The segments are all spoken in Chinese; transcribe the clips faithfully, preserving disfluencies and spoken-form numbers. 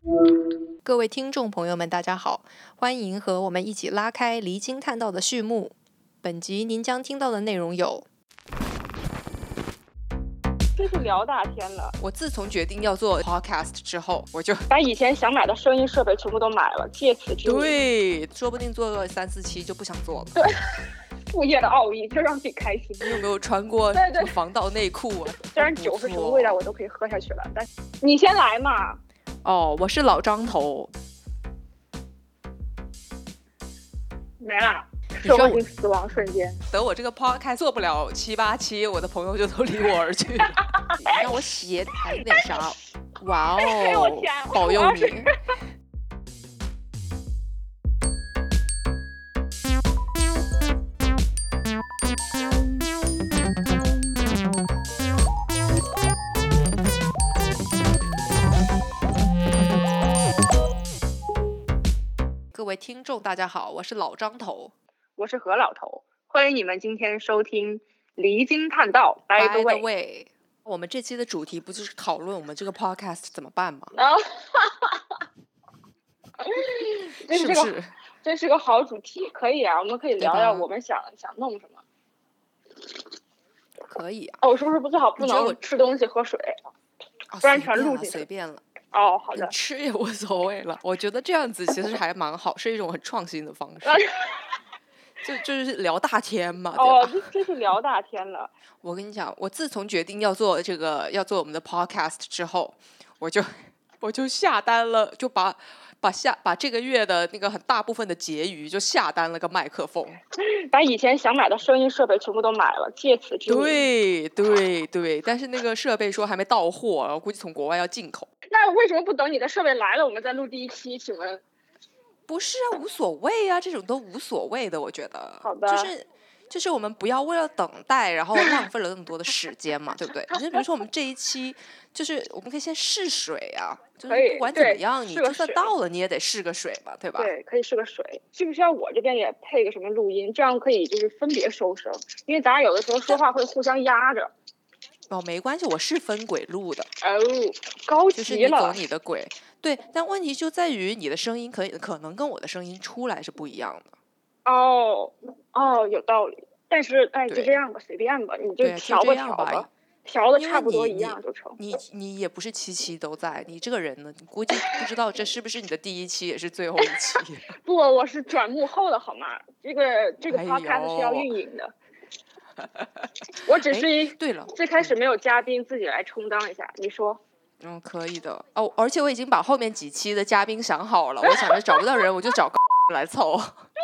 各位听众朋友们大家好，欢迎和我们一起拉开离经叛道的序幕。本集您将听到的内容有， 真是聊大天了。 我自从决定要做 podcast 之后，我就把以前想买的声音设备全部都买了，借此之名。 对，说不定做个三四期就不想做了。 对，副业的奥义就让自己开心。 你有没有穿过对对防盗内裤啊？ 虽然酒是什么味道我都可以喝下去了，但你先来嘛。 哦，我是老张头。 没了。 你说我死亡瞬间， 等我这个 podcast 做不了七八期，我的朋友就都离我而去了。让我写台点啥？哇哦，保佑你！各位听众大家好，我是老张头。 我是何老头，欢迎你们今天收听离经叛道 By the way, way。 我们这期的主题不就是讨论我们这个 podcast 怎么办吗？ 哦、这是不是？ 这是个好主题，可以啊，我们可以聊聊我们想想弄什么。 可以啊。 哦，我是不是不最好不能吃东西喝水， 哦、 不然全录进去。 随便了。 哦，好的。 你吃也无所谓了，我觉得这样子其实还蛮好，是一种很创新的方式。就就是聊大天嘛，对吧？ 哦，这是聊大天了。 我跟你讲，我自从决定要做这个要做我们的 podcast 之后，我就我就下单了，就把把下把这个月的那个很大部分的结余就下单了个麦克风， 把以前想买的声音设备全部都买了，借此之名。 对对对，但是那个设备说还没到货，我估计从国外要进口。 那为什么不等你的设备来了，我们再录第一期？请问？ 不是啊，无所谓啊，这种都无所谓的，我觉得。 好的。 就是就是我们不要为了等待，然后浪费了那么多的时间嘛，对不对？就比如说我们这一期，就是我们可以先试水啊，就是不管怎么样，你就算到了，你也得试个水嘛，对吧？ 对，可以试个水。需不需要我这边也配个什么录音？这样可以就是分别收声，因为咱俩有的时候说话会互相压着。 哦，没关系，我是分轨录的。 哦，高级了。 就是你走你的轨，对，但问题就在于你的声音可以可能跟我的声音出来是不一样的。 哦哦，有道理。但是哎，就这样吧，随便吧，你就调吧调吧，调的差不多一样就成。 你 你, 你也不是期期都在，你这个人呢，你估计不知道这是不是你的第一期，也是最后一期。 不，我是转幕后的好吗？这个这个 podcast 是要运营的。我只是一对了， 最开始没有嘉宾，自己来充当一下。你说？ 嗯，可以的哦。而且我已经把后面几期的嘉宾想好了，我想着找不到人，我就找高来凑。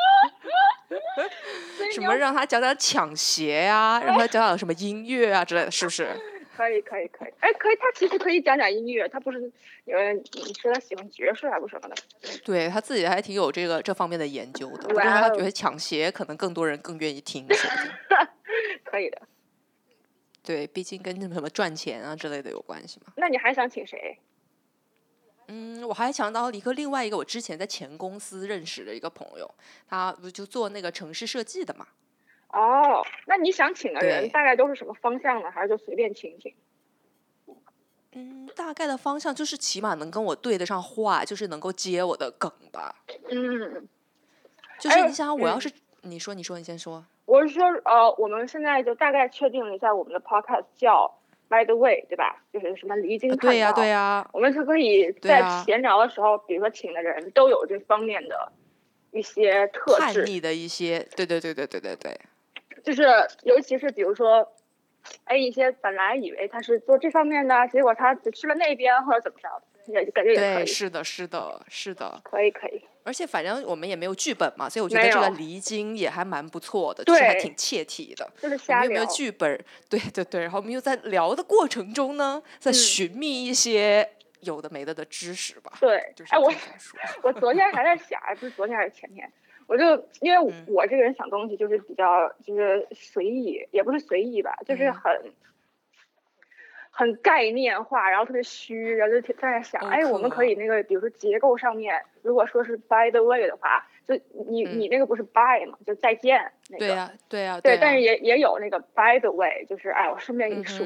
什么让他讲讲抢鞋呀、啊，让他讲讲什么音乐啊之类的，是不是？ 可以可以可以，哎，可以，他其实可以讲讲音乐，他不是有人你说他喜欢爵士还不什么的？ 对，他自己还挺有这个这方面的研究的，不过他觉得抢鞋可能更多人更愿意听。 可以的。 对，毕竟跟什么赚钱啊之类的有关系嘛。 那你还想请谁？ 嗯，我还想到一个另外一个我之前在前公司认识的一个朋友，他不就做那个城市设计的嘛。 哦，那你想请的人大概都是什么方向呢？还是就随便请请？ 嗯，大概的方向就是起码能跟我对得上话，就是能够接我的梗吧。 嗯， 就是你想，我要是、哎嗯、你说你说你先说。 我是说，呃，我们现在就大概确定了一下，我们的 podcast 叫 By the way， 对吧？就是什么离经叛道。 对呀、啊、对呀、啊。 我们就可以在闲聊的时候，啊、比如说请的人都有这方面的一些特质， 叛逆的一些，对对对对对对对。 就是尤其是比如说，哎，一些本来以为他是做这方面的，结果他只去了那边或者怎么着，也感觉也可以。 对，是的，是的，是的， 可以可以。 而且反正我们也没有剧本嘛，所以我觉得这个离经也还蛮不错的，就是还挺切题的。 就是瞎聊。 我们有没有剧本？对对对，然后我们又在聊的过程中呢，在寻觅一些有的没的的知识吧。 对， 就是哎，我我昨天还在想，不是昨天还是前天。我就因为我这个人想东西就是比较就是随意，也不是随意吧，就是很、嗯、很概念化，然后特别虚，然后就在想，哎，我们可以那个，比如说结构上面，如果说是 by the way 的话，就你、嗯、你那个不是 by 嘛，就再见那个。 对呀、啊，对呀、啊， 对。 对， 但是也也有那个 by the way， 就是哎，我顺便一说， 嗯、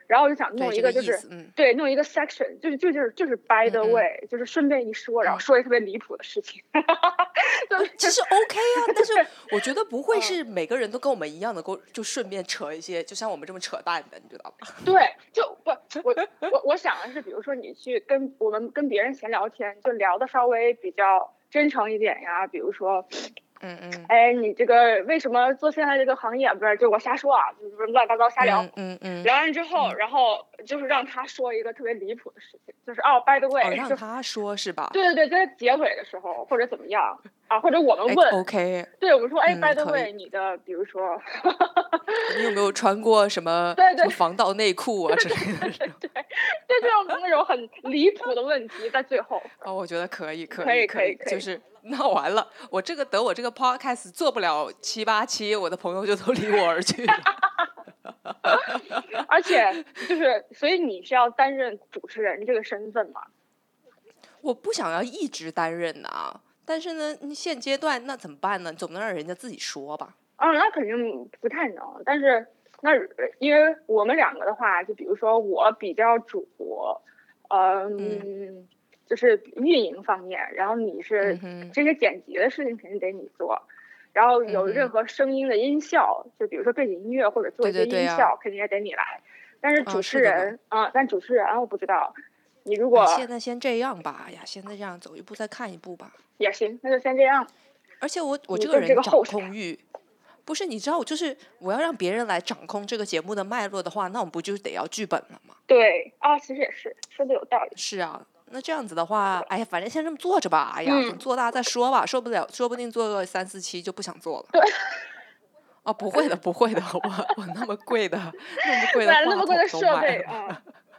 然后我就想弄一个就是、 这个嗯、 对弄一个 section， 就是就就是就是 by the way，、嗯、就是顺便一说，然后说一个特别离谱的事情。 嗯、其实 OK 啊，但是我觉得不会是每个人都跟我们一样的，就顺便扯一些，就像我们这么扯淡的，你知道吧？ 对，就不我我我想的是，比如说你去跟我们跟别人闲聊天，就聊的稍微比较真诚一点呀，比如说。 嗯嗯， 哎，你这个为什么做现在这个行业？不是，就我瞎说啊，就是乱七八糟瞎聊。 嗯嗯嗯。 聊完之后、嗯，然后就是让他说一个特别离谱的事情，就是哦 ，by the way，、 哦、让他说是吧？ 对对对，在结尾的时候或者怎么样啊，或者我们问、 哎、，OK， 对我们说，哎、 嗯、 ，by the way，你的比如说， 你有没有穿过什么对对什么防盗内裤啊之类的？ 对对，就这种那种很离谱的问题在最后。 哦，我觉得可以， 可以， 可以，可以， 就是。那完了，我这个等我这个 podcast 做不了七八期，我的朋友就都离我而去了。 而且就是，所以你是要担任主持人这个身份吗？ 我不想要一直担任啊，但是呢，你现阶段那怎么办呢？总不能让人家自己说吧？ 嗯，那肯定不太能。但是那因为我们两个的话，就比如说我比较主，呃、嗯。嗯就是运营方面，然后你是这些剪辑的事情肯定得你做，嗯、然后有任何声音的音效，嗯、就比如说背景音乐或者做一些音效， 对对对啊、 肯定也得你来。但是主持人啊、嗯，但主持人我不知道，你如果、 哎、现在先这样吧，呀，现在这样走一步再看一步吧， 也行，那就先这样。 而且我我这个人掌控欲，不是你知道，我就是我要让别人来掌控这个节目的脉络的话，那我们不就得要剧本了吗？ 对啊，其实也是说的有道理。 是啊。那这样子的话，哎呀，反正先这么做着吧。哎呀，等做大再说吧，说不了，说不定做个三四期就不想做了。 对。 哦，不会的，不会的，我我那么贵的，那么贵的话筒那么贵的设备啊。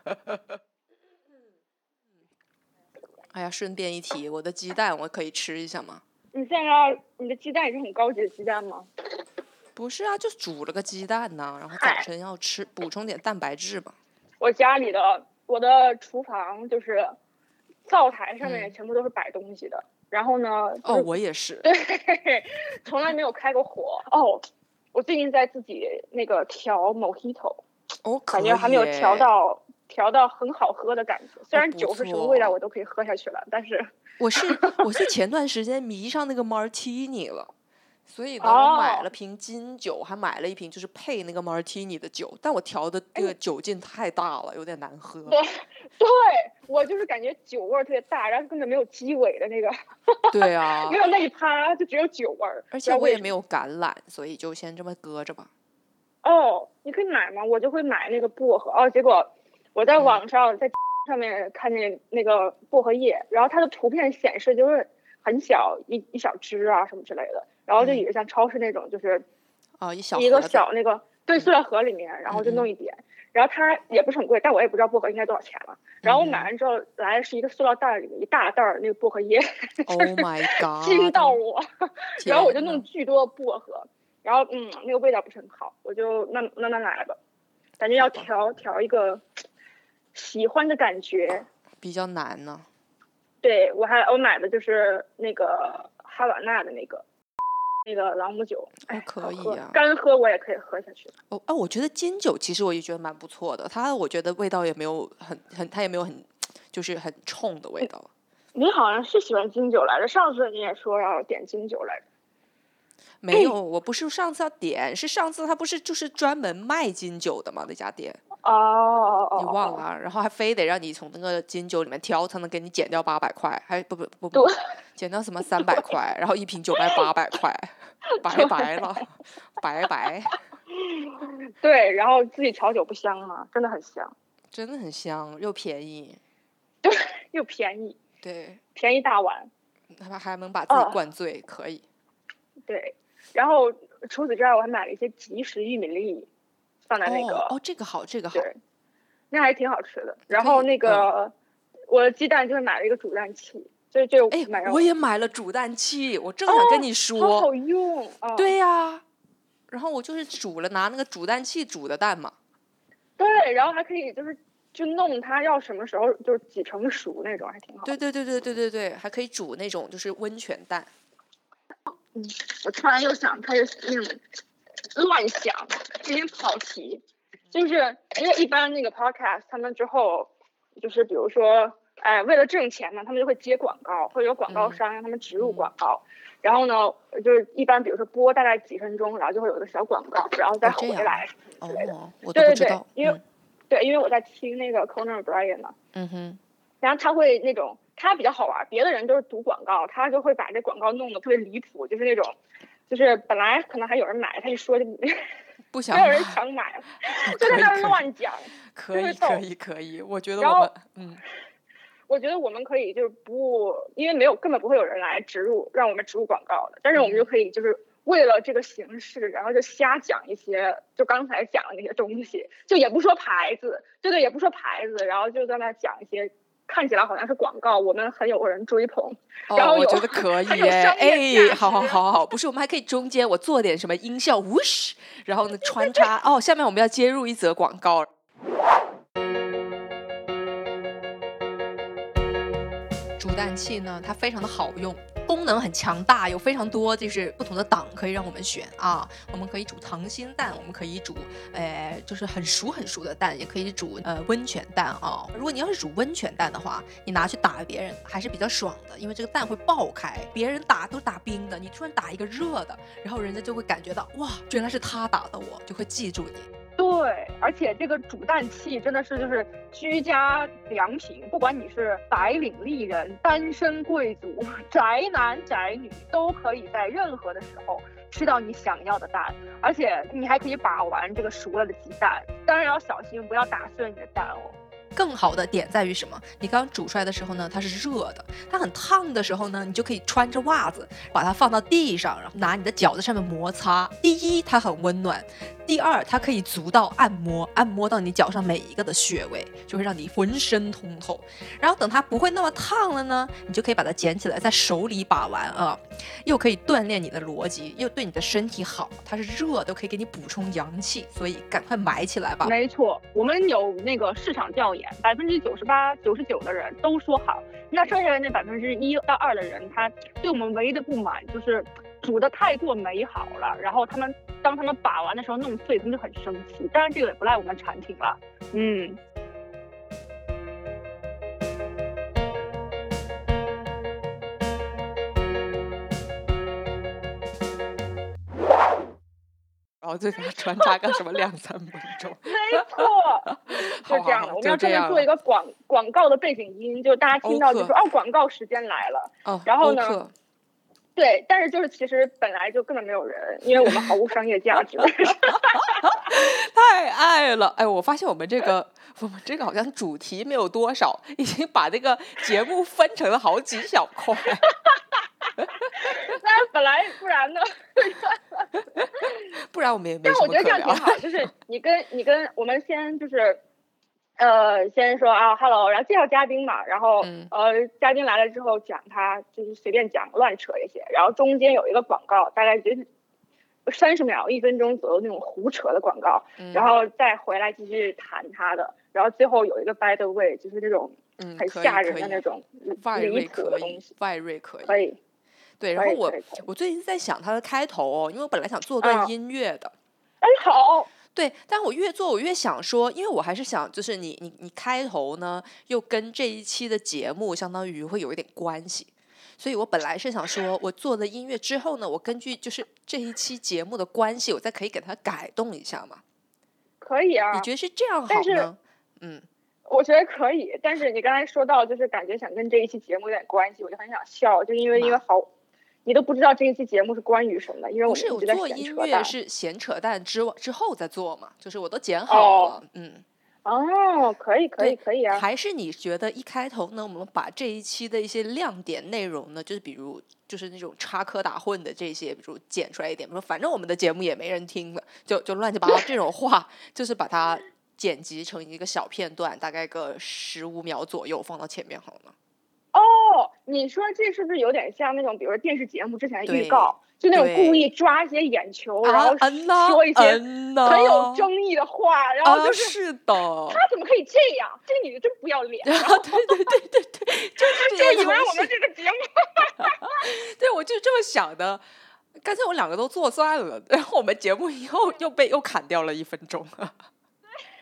哎呀，顺便一提，我的鸡蛋我可以吃一下吗？ 你现在你的鸡蛋也是很高级的鸡蛋吗？ 不是啊，就煮了个鸡蛋呢，然后早晨要吃补充点蛋白质嘛。 我家里的我的厨房就是灶台上面全部都是摆东西的，嗯、然后呢、就是， 哦，我也是， 对，从来没有开过火。哦，我最近在自己那个调 Mojito， 哦， 感觉还没有调到调到很好喝的感觉。虽然酒是什么味道我都可以喝下去了，但是我是我是前段时间迷上那个 Martini 了。所以呢，我买了瓶金酒，还买了一瓶就是配那个 Martini 的酒，但我调的这个酒劲太大了，有点难喝。 对，对我就是感觉酒味特别大，然后根本没有鸡尾的那个。 对啊， 没有那一趴，就只有酒味儿。 而且我也没有橄榄，所以就先这么搁着吧。 哦，你可以买吗？我就会买那个薄荷。哦，结果我在网上在上面看见那个薄荷叶，然后它的图片显示就是很小一一小支啊什么之类的。然后就也是像超市那种，就是啊、嗯、一小一个小那个对塑料盒里面，然后就弄一点， 嗯、 然后它也不是很贵，但我也不知道薄荷应该多少钱了。然后我买完之后来的是一个塑料袋里面一大袋那个薄荷叶 ，Oh my god， 惊到我，然后我就弄巨多薄荷，然后嗯那个味道不是很好，我就慢慢慢来吧，感觉要调调一个喜欢的感觉比较难呢。 对，我还我买的就是那个哈瓦那的那个。那个朗姆酒， 哦，可以啊， 干喝我也可以喝下去。 哦，啊，我觉得金酒其实我也觉得蛮不错的，它我觉得味道也没有很很，它也没有很就是很冲的味道。 你好像是喜欢金酒来着，上次你也说要点金酒来着。 没有，我不是上次要点，是上次他不是就是专门卖金酒的嘛那家店。 哦哦， 你忘了，然后还非得让你从那个金酒里面挑，才能给你减掉八百块，还不不不不，减掉什么三百块，然后一瓶酒卖八百块，白白了，白白。 对，然后自己调酒不香吗？真的很香， 真的很香，又便宜。 对，又便宜。 对， 便宜大碗， 还还能把自己灌醉，哦、可以。 对，然后除此之外，我还买了一些即食玉米粒。放在那个哦, 哦，这个好，这个好， 那还挺好吃的。然后那个、嗯、我的鸡蛋就是买了一个煮蛋器，就就哎， 买我也买了煮蛋器，我正想跟你说， 哦、好好用。哦、 对呀、啊，然后我就是煮了拿那个煮蛋器煮的蛋嘛。 对，然后还可以就是就弄它要什么时候就是几成熟那种，还挺好。 对对对对对对对，还可以煮那种就是温泉蛋。 嗯，我突然又想开始嗯。乱想，有点跑题， 就是因为一般那个 podcast 他们之后就是比如说哎为了挣钱呢，他们就会接广告，会有广告商让他们植入广告、嗯、然后呢就是一般比如说播大概几分钟，然后就会有一个小广告，然后再回来什么之类的、 哦、我都不知道。 对对对，因为、嗯、对，因为我在听那个 Conan O'Brien 嘛， 嗯哼， 然后他会那种他比较好玩，别的人都是读广告，他就会把这广告弄得特别离谱，就是那种就是本来可能还有人买，他一说就不想没有人想买，就在那乱讲。 可以可以可以，我觉得我们嗯， 我觉得我们可以就是不，因为没有根本不会有人来植入让我们植入广告的，但是我们就可以就是为了这个形式，然后就瞎讲一些，就刚才讲的那些东西，就也不说牌子，对对，也不说牌子，然后就在那讲一些看起来好像是广告，我们很有人追捧， 哦、 然后我觉得可以耶，哎，好好好好，不是我们还可以中间我做点什么音效 whoosh， 然后呢穿插哦，下面我们要接入一则广告。煮蛋器呢，它非常的好用，功能很强大，有非常多就是不同的档可以让我们选啊。我们可以煮溏心蛋，我们可以煮，呃，就是很熟很熟的蛋，也可以煮呃温泉蛋啊。如果你要是煮温泉蛋的话，你拿去打别人还是比较爽的，因为这个蛋会爆开，别人打都打冰的，你突然打一个热的，然后人家就会感觉到哇，原来是他打的我，就会记住你。 对，而且这个煮蛋器真的是就是居家良品，不管你是白领丽人、单身贵族、宅男宅女，都可以在任何的时候吃到你想要的蛋，而且你还可以把玩这个熟了的鸡蛋，当然要小心不要打碎你的蛋哦。 更好的点在于什么？你刚煮出来的时候呢，它是热的，它很烫的时候呢，你就可以穿着袜子把它放到地上，然后拿你的脚在上面摩擦。第一，它很温暖；第二，它可以足到按摩，按摩到你脚上每一个的穴位，就会让你浑身通透。然后等它不会那么烫了呢，你就可以把它捡起来，在手里把玩啊，又可以锻炼你的逻辑，又对你的身体好。它是热的，可以给你补充阳气，所以赶快买起来吧。 没错，我们有那个市场调研。百分之九十八、九十九的人都说好，那剩下的那百分之一到二的人，他对我们唯一的不满就是煮的太过美好了，然后他们当他们把玩的时候弄碎，他们就很生气。当然这个也不赖我们产品了，嗯。 然后就给它穿插个什么两三分钟， 没错，就这样的。我们要专门做一个广广告的背景音，就大家听到就说哦，广告时间来了。 哦， 然后呢，对，但是就是其实本来就根本没有人，因为我们毫无商业价值。 太爱了，哎，我发现我们这个我们这个好像主题没有多少，已经把这个节目分成了好几小块。 那本来不然呢？ 不然我们也没什么可聊。 但我觉得这样挺好，就是你跟你跟我们先就是，呃，先说啊 ，hello， 然后介绍嘉宾嘛，然后、嗯、呃，嘉宾来了之后讲他就是随便讲乱扯一些，然后中间有一个广告，大概就是三十秒、一分钟左右那种胡扯的广告，嗯、然后再回来继续谈他的，然后最后有一个 by the way， 就是这种很吓人的那种离谱的东西， 外瑞可以。 可以。 对，然后我我最近在想它的开头哦，因为我本来想做段音乐的， 哎、嗯、好， 对，但我越做我越想说，因为我还是想就是你你你开头呢又跟这一期的节目相当于会有一点关系，所以我本来是想说我做了音乐之后呢，我根据就是这一期节目的关系，我再可以给它改动一下嘛。 可以啊， 你觉得是这样好呢？嗯， 我觉得可以，但是你刚才说到就是感觉想跟这一期节目有点关系，我就很想笑，就因为因为好。你都不知道这一期节目是关于什么，因为我们一直在不是我做音乐是闲扯淡之之后再做嘛，就是我都剪好了，哦、嗯。 哦，可以可以可以啊。 还是你觉得一开头呢，我们把这一期的一些亮点内容呢，就是比如就是那种插科打诨的这些，比如剪出来一点，比如说反正我们的节目也没人听了，就就乱七八糟这种话，就是把它剪辑成一个小片段，大概个十五秒左右放到前面好了。 哦，你说这是不是有点像那种，比如说电视节目之前的预告，就那种故意抓一些眼球，然后说一些很有争议的话， 啊、 然后就是、 啊、是的， 他怎么可以这样？这个女的真不要脸！ 然后对对对对对，就是就以为我们这个节目， 对，我就这么想的。干脆我两个都做算了，然后我们节目以后又被又砍掉了一分钟。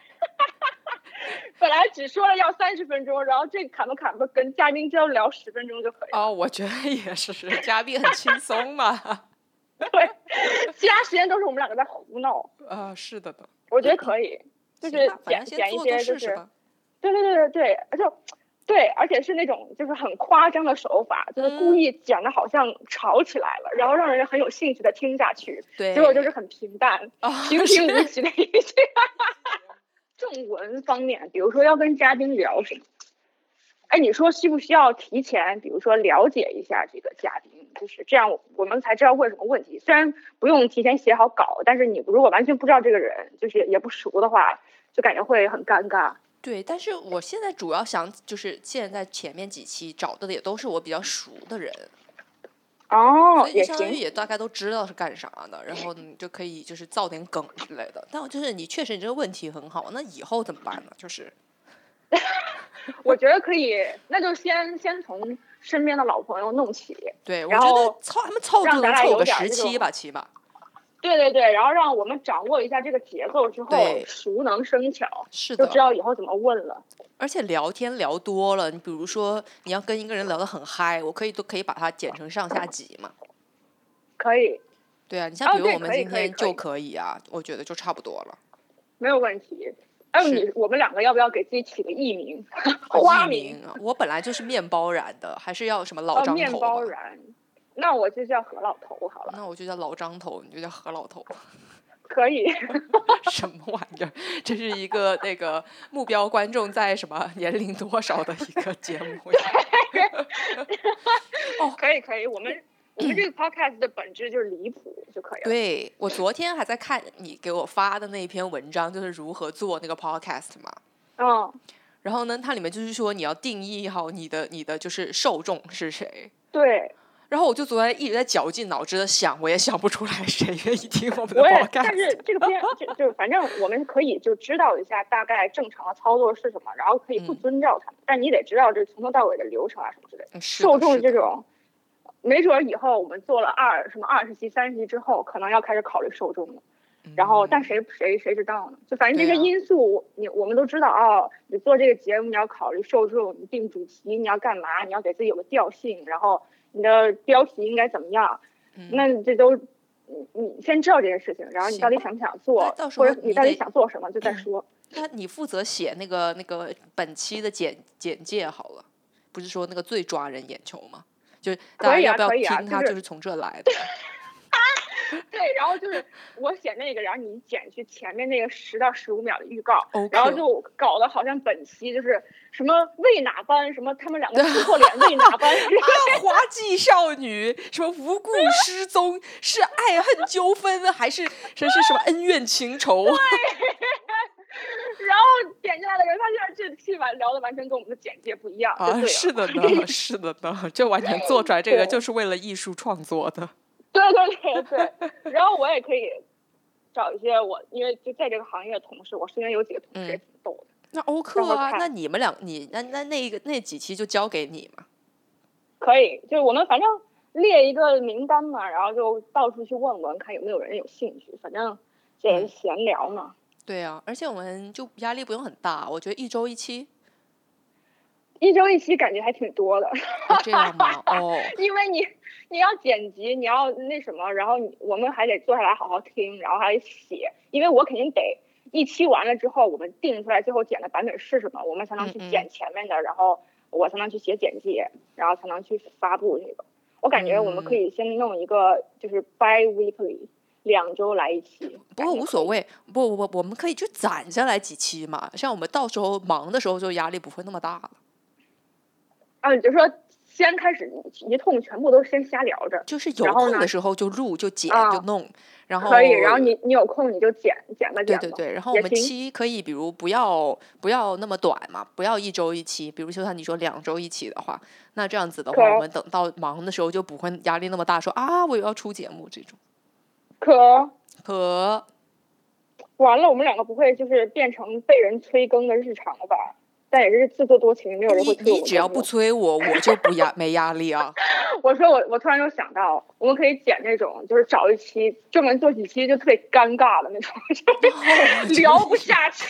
本来只说了要三十分钟，然后这砍吧砍吧，跟嘉宾只要聊十分钟就可以了。 哦，我觉得也是，嘉宾很轻松嘛。 对，其他时间都是我们两个在胡闹。 啊、呃，是的的。 我觉得可以，就是剪剪一些，就是，对对对对对，而且对，而且是那种就是很夸张的手法，就是故意剪的好像吵起来了，嗯、然后让人很有兴趣的听下去。 对， 结果就是很平淡、 哦、 平平无奇的一句。正文方面，比如说要跟嘉宾聊什么？哎，你说需不需要提前，比如说了解一下这个嘉宾，就是这样，我们才知道问什么问题。虽然不用提前写好稿，但是你如果完全不知道这个人，就是也不熟的话，就感觉会很尴尬。 对，但是我现在主要想，就是现在前面几期找的也都是我比较熟的人。 哦， 所以相当于也大概都知道是干啥的，然后你就可以就是造点梗之类的。但就是你确实你这个问题很好，那以后怎么办呢？就是我觉得可以，那就先先从身边的老朋友弄起。 对， 然后我觉得凑他们凑就能凑个十期吧，起码。 对对对，然后让我们掌握一下这个节奏之后，熟能生巧， 是的， 就知道以后怎么问了。 而且聊天聊多了，你比如说你要跟一个人聊得很嗨，我可以都可以把它剪成上下集嘛。 可以。 对啊，你像比如我们今天就可以啊， 以我觉得就差不多了。 没有问题。哎，你我们两个要不要给自己起个艺名？花名？ 我本来就是面包染的，还是要什么老张头？ 面包染。那我就叫何老头好了。 那我就叫老张头，你就叫何老头。 可以。 什么玩意儿？这是一个那个目标观众在什么年龄多少的一个节目呀？ 哦，可以可以，我们我们这个 podcast 的本质就是离谱就可以了。 对，我昨天还在看你给我发的那篇文章，就是如何做那个 podcast 嘛。 嗯。 然后呢，它里面就是说你要定义好你的你的就是受众是谁。 对。 然后我就昨天一直在绞尽脑汁的想，我也想不出来谁愿意听我们的 podcast。 但是这个片就就反正我们可以就知道一下大概正常的操作是什么，然后可以不遵照他们，嗯、但你得知道这从头到尾的流程啊什么之类的。受众这种，没准以后我们做了二什么二十期、三十期之后，可能要开始考虑受众了。然后，但谁谁谁知道呢？就反正这些因素，你我们都知道哦。你做这个节目，你要考虑受众，你定主题，你要干嘛？你要给自己有个调性，然后。你的标题应该怎么样？嗯、那这都你你先知道这件事情，然后你到底想不想做，或者你到底想做什么，就再说。 那你负责写那个那个本期的简简介好了，不是说那个最抓人眼球吗？就大家要不要听它，就是从这来的。 对，然后就是我写那个，然后你剪去前面那个十到十五秒的预告， okay. 然后就搞得好像本期就是什么为哪般，什么他们两个撕破脸为哪般， 滑稽少女，什么无故失踪，是爱恨纠纷还是是是什么恩怨情仇？ 对。然后点进来的人发现这期完聊的完全跟我们的简介不一样啊！是的呢，是的呢，这完全做出来这个就是为了艺术创作的。 对对对对，然后我也可以找一些我，因为就在这个行业的同事，我身边有几个同事也挺逗的。 嗯、那欧克啊，那你们两，你那那那个那几期就交给你嘛。 可以，就是我们反正列一个名单嘛，然后就到处去问问，看有没有人有兴趣。反正这也是闲聊嘛。 嗯、对啊，而且我们就压力不用很大，我觉得一周一期。 一周一期感觉还挺多的。 哦、这样吗？哦， 因为你你要剪辑，你要那什么，然后你我们还得坐下来好好听，然后还得写，因为我肯定得一期完了之后，我们定出来最后剪的版本是什么，我们才能去剪前面的，嗯嗯然后我才能去写简介，然后才能去发布这个。我感觉我们可以先弄一个就是 bi-weekly， 两周来一期。 不过无所谓，不不不，我们可以就攒下来几期嘛，像我们到时候忙的时候就压力不会那么大了。 啊，你就说先开始一通全部都先瞎聊着， 就是有空的时候就录就剪就弄，啊、然后可以，然后你你有空你就剪剪吧剪吧。 对对对，然后我们期可以比如不要不要那么短嘛，不要一周一期，比如就像你说两周一期的话，那这样子的话，我们等到忙的时候就不会压力那么大，说啊我又要出节目这种。 可可完了，我们两个不会就是变成被人催更的日常了吧？但也是自作多情，没有人会催我。 你你只要不催我，我就不压没压力啊。 我说我我突然就想到，我们可以剪那种，就是找一期专门做几期就特别尴尬的那种，就聊不下去。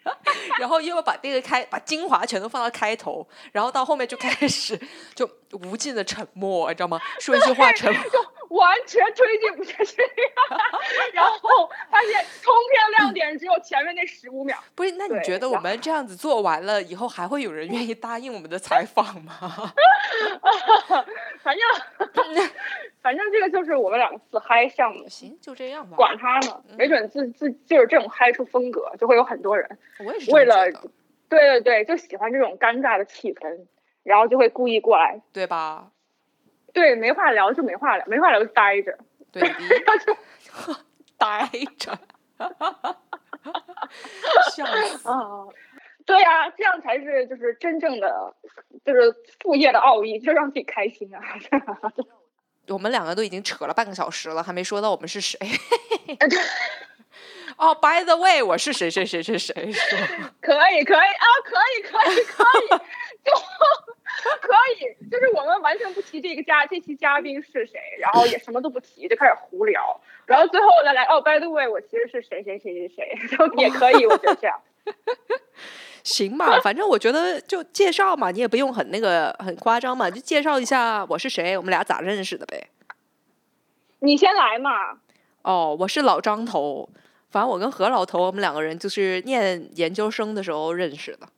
然后又要把那个开把精华全都放到开头，然后到后面就开始就无尽的沉默，你知道吗？说一句话沉默， 就完全推进不下去，然后发现通篇亮点只有前面那十五秒。 不是，那你觉得我们这样子做完了以后，还会有人愿意答应我们的采访吗？ 反正反正这个就是我们两个自嗨项目。 行，就这样吧。 管他呢，没准自自就是这种嗨出风格，就会有很多人我也是为了对对对，就喜欢这种尴尬的气氛，然后就会故意过来， 对吧？ 对，没话聊就没话聊，没话聊就待着， 对，就待着，笑死啊！对呀、啊，这样才是就是真正的就是副业的奥义，就让自己开心啊！ 我们两个都已经扯了半个小时了，还没说到我们是谁。哦、oh, ，by the way， 我是谁谁谁谁谁说？ 可以可以啊，可以可以可以，就可以，就是我们完全不提这个嘉这期嘉宾是谁，然后也什么都不提，就开始胡聊，然后最后再来哦 ，by the way， 我其实是谁谁谁谁谁，就也可以，我觉得这样。 行吧，反正我觉得就介绍嘛，你也不用很那个很夸张嘛，就介绍一下我是谁，我们俩咋认识的呗。 你先来嘛。 哦，我是老张头，反正我跟何老头我们两个人就是念研究生的时候认识的。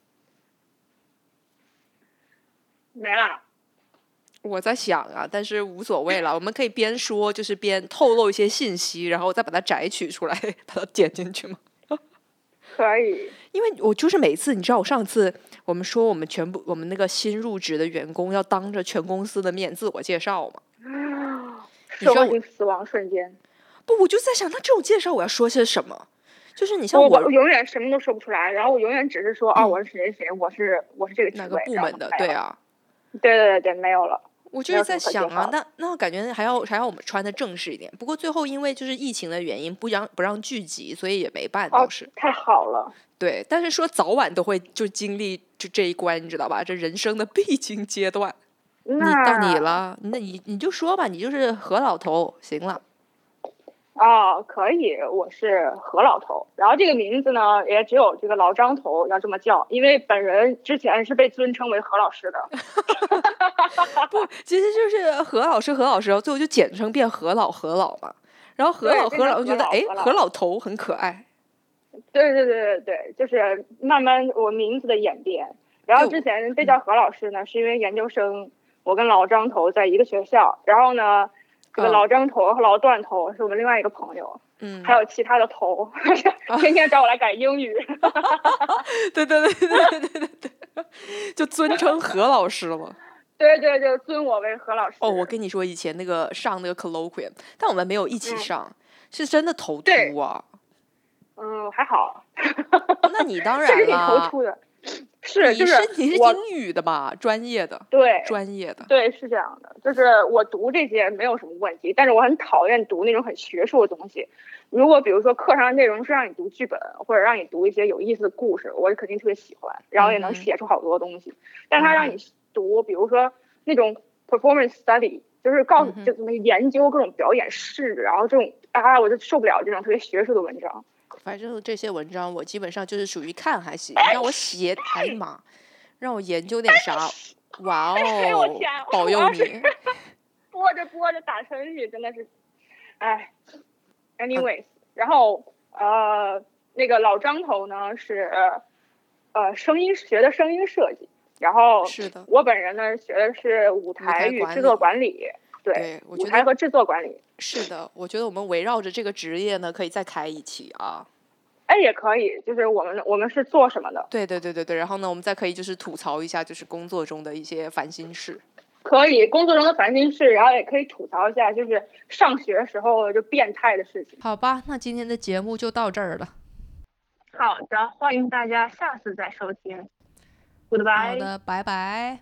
没了。 我在想啊，但是无所谓了，我们可以边说就是边透露一些信息，然后再把它摘取出来，把它剪进去吗？ 可以， 因为我就是每次，你知道，我上次我们说我们全部我们那个新入职的员工要当着全公司的面自我介绍嘛， 社会性死亡瞬间。 不，我就在想，那这种介绍我要说些什么？就是你像我， 我， 我永远什么都说不出来，然后我永远只是说啊、嗯哦，我是谁谁，我是我是这个哪个部门的，对啊， 对对对对，没有了。 我就是在想啊，那那感觉还要还要我们穿的正式一点。不过最后因为就是疫情的原因，不让不让聚集，所以也没办，倒是、 哦、太好了。 对，但是说早晚都会就经历就这一关，你知道吧？这人生的必经阶段。你到你了，那你你就说吧，你就是何老头，行了。 哦，可以，我是何老头。然后这个名字呢，也只有这个老张头要这么叫，因为本人之前是被尊称为何老师的。 不，其实就是何老师，何老师，最后就简称变何老，何老嘛。然后何老，何老就觉得哎，何老头很可爱。 对对对对对，就是慢慢我名字的演变。然后之前被叫何老师呢，是因为研究生，我跟老张头在一个学校，然后呢。这个老张头和老段头是我们另外一个朋友，嗯，还有其他的头，天天找我来改英语。 对对对对对对对对，就尊称何老师了。 对对对，尊我为何老师。 哦，我跟你说，以前那个上那个 colloquium， 但我们没有一起上，嗯、是真的头秃啊。 嗯，还好。 那你当然了， 是你头秃的。是， 你是你是英语的吧？专业的， 对， 专业的， 对，是这样的。就是我读这些没有什么问题，但是我很讨厌读那种很学术的东西。如果比如说课上的内容是让你读剧本，或者让你读一些有意思的故事，我肯定特别喜欢，然后也能写出好多东西。嗯、但他让你读，比如说那种 performance study， 就是告诉就怎么研究各种表演式，然后这种啊，我就受不了这种特别学术的文章。 反正这些文章我基本上就是属于看还行，让我写，哎妈，让我研究点啥，哇哦，保佑你！ 播着播着打成语真的是，哎 ，anyways，、嗯、然后呃，那个老张头呢是呃声音学的声音设计，然后是的， 我本人呢学的是舞台与制作管理。对， 对，我觉得舞台和制作管理是的，我觉得我们围绕着这个职业呢，可以再开一期啊。 哎，也可以，就是我们我们是做什么的？ 对对对对对，然后呢，我们再可以就是吐槽一下，就是工作中的一些烦心事。 可以，工作中的烦心事，然后也可以吐槽一下，就是上学时候就变态的事情。 好吧，那今天的节目就到这儿了。 好的，欢迎大家下次再收听。Goodbye。 好的，拜拜。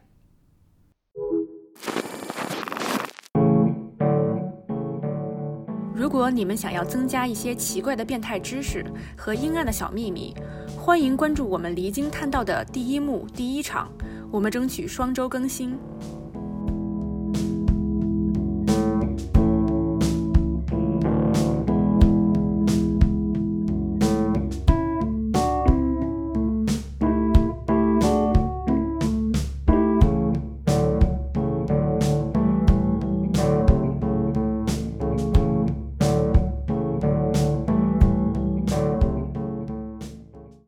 如果你们想要增加一些奇怪的变态知识和阴暗的小秘密，欢迎关注我们离经叛道的第一幕第一场，我们争取双周更新。